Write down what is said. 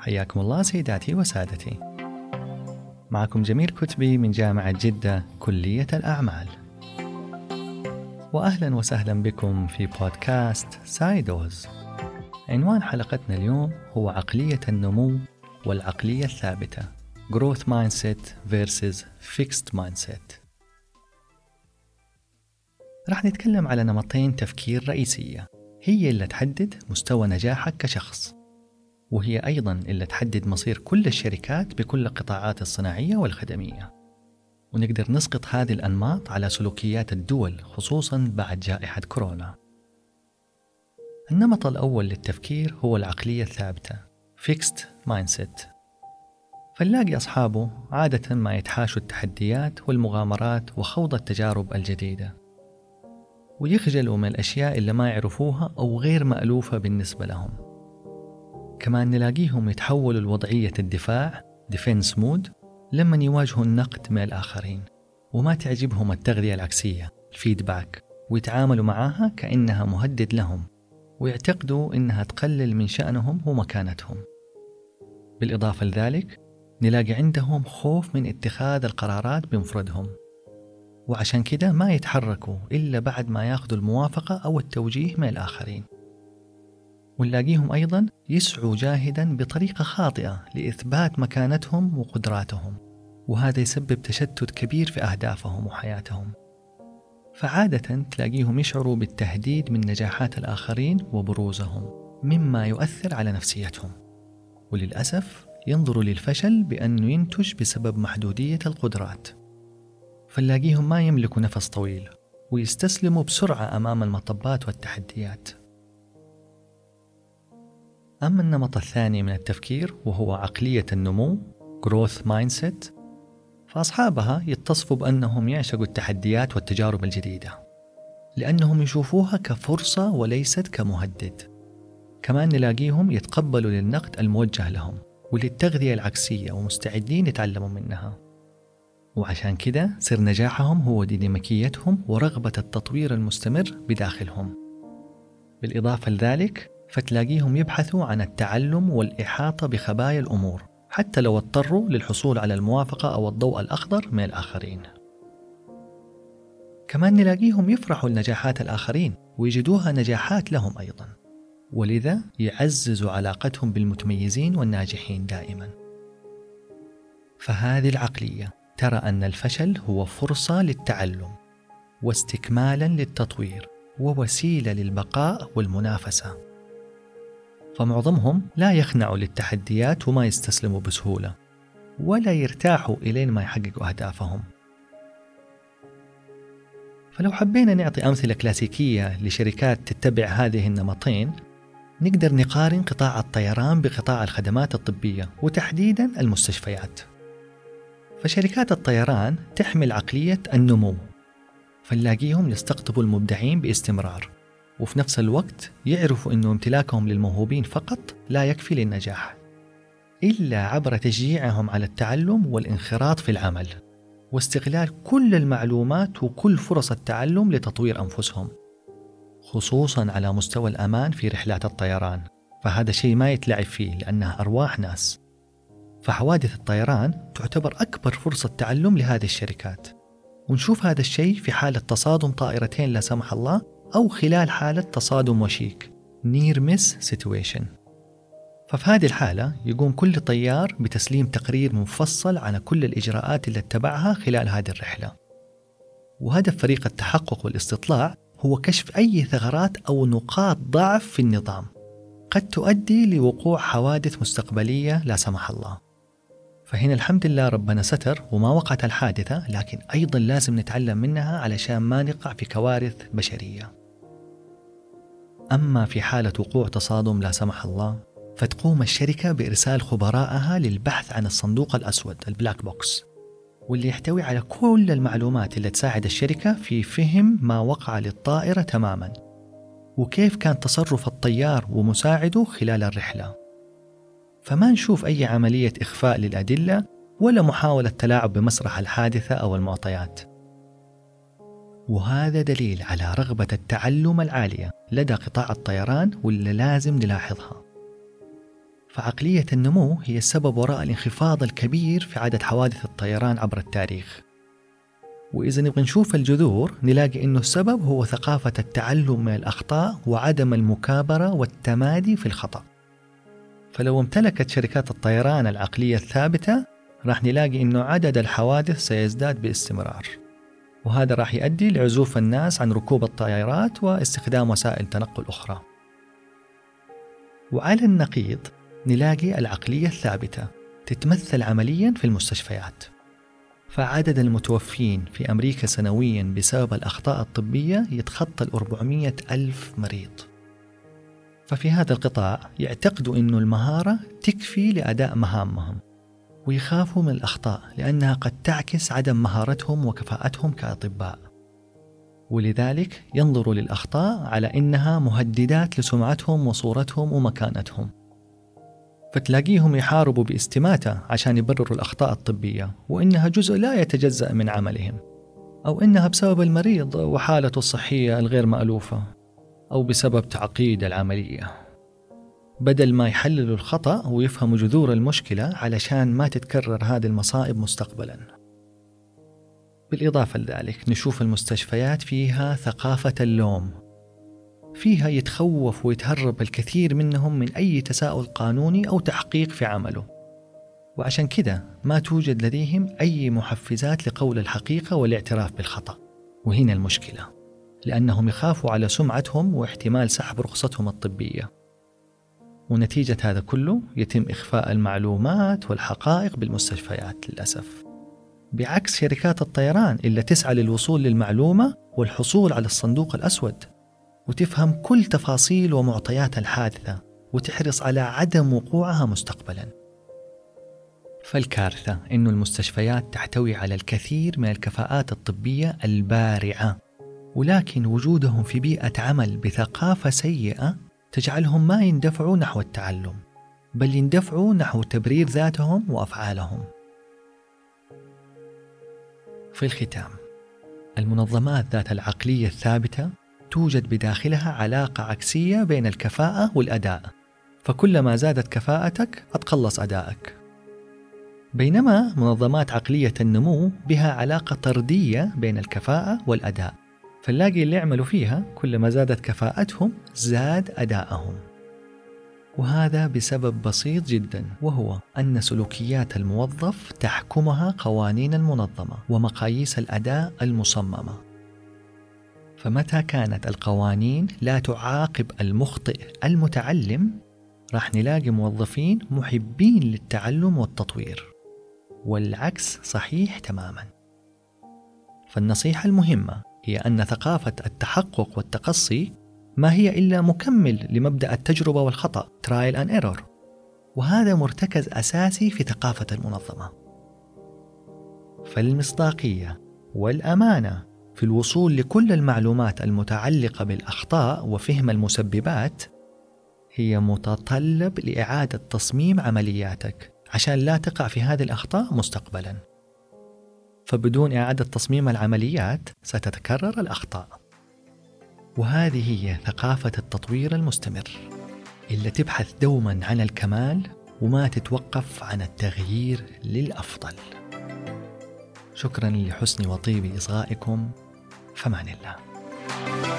حياكم الله سيداتي وسادتي. معكم جميل كتبي من جامعة جدة كلية الأعمال، وأهلا وسهلا بكم في بودكاست سايدوز. عنوان حلقتنا اليوم هو عقلية النمو والعقلية الثابتة Growth Mindset vs Fixed Mindset. راح نتكلم على نمطين تفكير رئيسية هي اللي تحدد مستوى نجاحك كشخص، وهي أيضاً اللي تحدد مصير كل الشركات بكل القطاعات الصناعية والخدمية. ونقدر نسقط هذه الأنماط على سلوكيات الدول خصوصاً بعد جائحة كورونا. النمط الأول للتفكير هو العقلية الثابتة Fixed Mindset. فنلاقي أصحابه عادة ما يتحاشوا التحديات والمغامرات وخوض التجارب الجديدة، ويخجلوا من الأشياء اللي ما يعرفوها أو غير مألوفة بالنسبة لهم. كمان نلاقيهم يتحولوا لوضعية الدفاع Defense Mode لما يواجهوا النقد من الآخرين، وما تعجبهم التغذية العكسية الفيدباك، ويتعاملوا معها كأنها مهدد لهم، ويعتقدوا إنها تقلل من شأنهم ومكانتهم. بالإضافة لذلك نلاقي عندهم خوف من اتخاذ القرارات بمفردهم، وعشان كده ما يتحركوا إلا بعد ما ياخذوا الموافقة أو التوجيه من الآخرين. ونلاقيهم أيضا يسعوا جاهدا بطريقة خاطئة لإثبات مكانتهم وقدراتهم، وهذا يسبب تشتت كبير في أهدافهم وحياتهم. فعادة تلاقيهم يشعروا بالتهديد من نجاحات الآخرين وبروزهم، مما يؤثر على نفسيتهم، وللأسف ينظروا للفشل بأنه ينتج بسبب محدودية القدرات. فنلاقيهم ما يملكوا نفس طويل ويستسلموا بسرعة أمام المطبات والتحديات. أما النمط الثاني من التفكير وهو عقلية النمو Growth Mindset، فأصحابها يتصفوا بأنهم يعشقوا التحديات والتجارب الجديدة، لأنهم يشوفوها كفرصة وليست كمهدد. كمان نلاقيهم يتقبلوا للنقد الموجه لهم وللتغذية العكسية ومستعدين يتعلموا منها. وعشان كده سر نجاحهم هو ديناميكيتهم ورغبة التطوير المستمر بداخلهم. بالإضافة لذلك فتلاقيهم يبحثوا عن التعلم والإحاطة بخبايا الأمور، حتى لو اضطروا للحصول على الموافقة أو الضوء الأخضر من الآخرين. كمان نلاقيهم يفرحوا لنجاحات الآخرين ويجدوها نجاحات لهم أيضا، ولذا يعززوا علاقتهم بالمتميزين والناجحين دائما. فهذه العقلية ترى أن الفشل هو فرصة للتعلم واستكمالا للتطوير ووسيلة للبقاء والمنافسة. فمعظمهم لا يخنعوا للتحديات وما يستسلموا بسهولة، ولا يرتاحوا إلين ما يحققوا أهدافهم. فلو حبينا نعطي أمثلة كلاسيكية لشركات تتبع هذه النمطين، نقدر نقارن قطاع الطيران بقطاع الخدمات الطبية وتحديدا المستشفيات. فشركات الطيران تحمل عقلية النمو، فنلاقيهم يستقطبوا المبدعين باستمرار، وفي نفس الوقت يعرفوا أن امتلاكهم للموهوبين فقط لا يكفي للنجاح، إلا عبر تشجيعهم على التعلم والانخراط في العمل، واستغلال كل المعلومات وكل فرص التعلم لتطوير أنفسهم، خصوصا على مستوى الأمان في رحلات الطيران. فهذا شيء ما يتلعب فيه لأنها أرواح ناس. فحوادث الطيران تعتبر أكبر فرصة تعلم لهذه الشركات، ونشوف هذا الشيء في حالة تصادم طائرتين لا سمح الله، أو خلال حالة تصادم وشيك Near Miss Situation. ففي هذه الحالة يقوم كل طيار بتسليم تقرير مفصل عن كل الإجراءات اللي اتبعها خلال هذه الرحلة. وهدف فريق التحقق والاستطلاع هو كشف أي ثغرات أو نقاط ضعف في النظام قد تؤدي لوقوع حوادث مستقبلية لا سمح الله. فهنا الحمد لله ربنا ستر وما وقعت الحادثة، لكن أيضا لازم نتعلم منها علشان ما نقع في كوارث بشرية. أما في حالة وقوع تصادم لا سمح الله، فتقوم الشركة بإرسال خبراءها للبحث عن الصندوق الأسود البلاك بوكس، واللي يحتوي على كل المعلومات اللي تساعد الشركة في فهم ما وقع للطائرة تماما، وكيف كان تصرف الطيار ومساعده خلال الرحلة. فما نشوف أي عملية إخفاء للأدلة ولا محاولة تلاعب بمسرح الحادثة أو المعطيات. وهذا دليل على رغبة التعلم العالية لدى قطاع الطيران واللي لازم نلاحظها. فعقلية النمو هي السبب وراء الانخفاض الكبير في عدد حوادث الطيران عبر التاريخ. وإذا نبغى نشوف الجذور نلاقي إنه السبب هو ثقافة التعلم من الأخطاء وعدم المكابرة والتمادي في الخطأ. فلو امتلكت شركات الطيران العقلية الثابتة راح نلاقي إنه عدد الحوادث سيزداد باستمرار، وهذا راح يؤدي لعزوف الناس عن ركوب الطائرات واستخدام وسائل تنقل أخرى. وعلى النقيض نلاقي العقلية الثابتة تتمثل عمليا في المستشفيات، فعدد المتوفين في أمريكا سنويا بسبب الأخطاء الطبية يتخطى 400,000 مريض. ففي هذا القطاع يعتقدوا أن المهارة تكفي لأداء مهامهم، ويخافوا من الأخطاء لأنها قد تعكس عدم مهارتهم وكفاءتهم كأطباء، ولذلك ينظروا للأخطاء على أنها مهددات لسمعتهم وصورتهم ومكانتهم. فتلاقيهم يحاربوا باستماتة عشان يبرروا الأخطاء الطبية وإنها جزء لا يتجزأ من عملهم، أو إنها بسبب المريض وحالته الصحية الغير مألوفة، أو بسبب تعقيد العملية، بدل ما يحللوا الخطأ ويفهموا جذور المشكلة علشان ما تتكرر هذه المصائب مستقبلا. بالإضافة لذلك نشوف المستشفيات فيها ثقافة اللوم، فيها يتخوف ويتهرب الكثير منهم من أي تساؤل قانوني أو تحقيق في عمله، وعشان كده ما توجد لديهم أي محفزات لقول الحقيقة والاعتراف بالخطأ. وهنا المشكلة، لأنهم يخافوا على سمعتهم واحتمال سحب رخصتهم الطبية، ونتيجة هذا كله يتم إخفاء المعلومات والحقائق بالمستشفيات للأسف، بعكس شركات الطيران اللي تسعى للوصول للمعلومة والحصول على الصندوق الأسود، وتفهم كل تفاصيل ومعطيات الحادثة وتحرص على عدم وقوعها مستقبلا. فالكارثة إنه المستشفيات تحتوي على الكثير من الكفاءات الطبية البارعة، ولكن وجودهم في بيئة عمل بثقافة سيئة تجعلهم ما يندفعوا نحو التعلم، بل يندفعوا نحو تبرير ذاتهم وأفعالهم. في الختام، المنظمات ذات العقلية الثابتة توجد بداخلها علاقة عكسية بين الكفاءة والأداء، فكلما زادت كفاءتك أتقلص أدائك. بينما منظمات عقلية النمو بها علاقة طردية بين الكفاءة والأداء، فنلاقي اللي يعملوا فيها كلما زادت كفاءتهم زاد أدائهم. وهذا بسبب بسيط جدا، وهو أن سلوكيات الموظف تحكمها قوانين المنظمة ومقاييس الأداء المصممة. فمتى كانت القوانين لا تعاقب المخطئ المتعلم راح نلاقي موظفين محبين للتعلم والتطوير، والعكس صحيح تماما. فالنصيحة المهمة هي أن ثقافة التحقق والتقصي ما هي إلا مكمل لمبدأ التجربة والخطأ trial and error، وهذا مرتكز أساسي في ثقافة المنظمة. فالمصداقية والأمانة في الوصول لكل المعلومات المتعلقة بالأخطاء وفهم المسببات هي متطلب لإعادة تصميم عملياتك عشان لا تقع في هذه الأخطاء مستقبلا. فبدون إعادة تصميم العمليات ستتكرر الأخطاء. وهذه هي ثقافة التطوير المستمر اللي تبحث دوما عن الكمال وما تتوقف عن التغيير للأفضل. شكرا لحسن وطيب إصغائكم، فمان الله.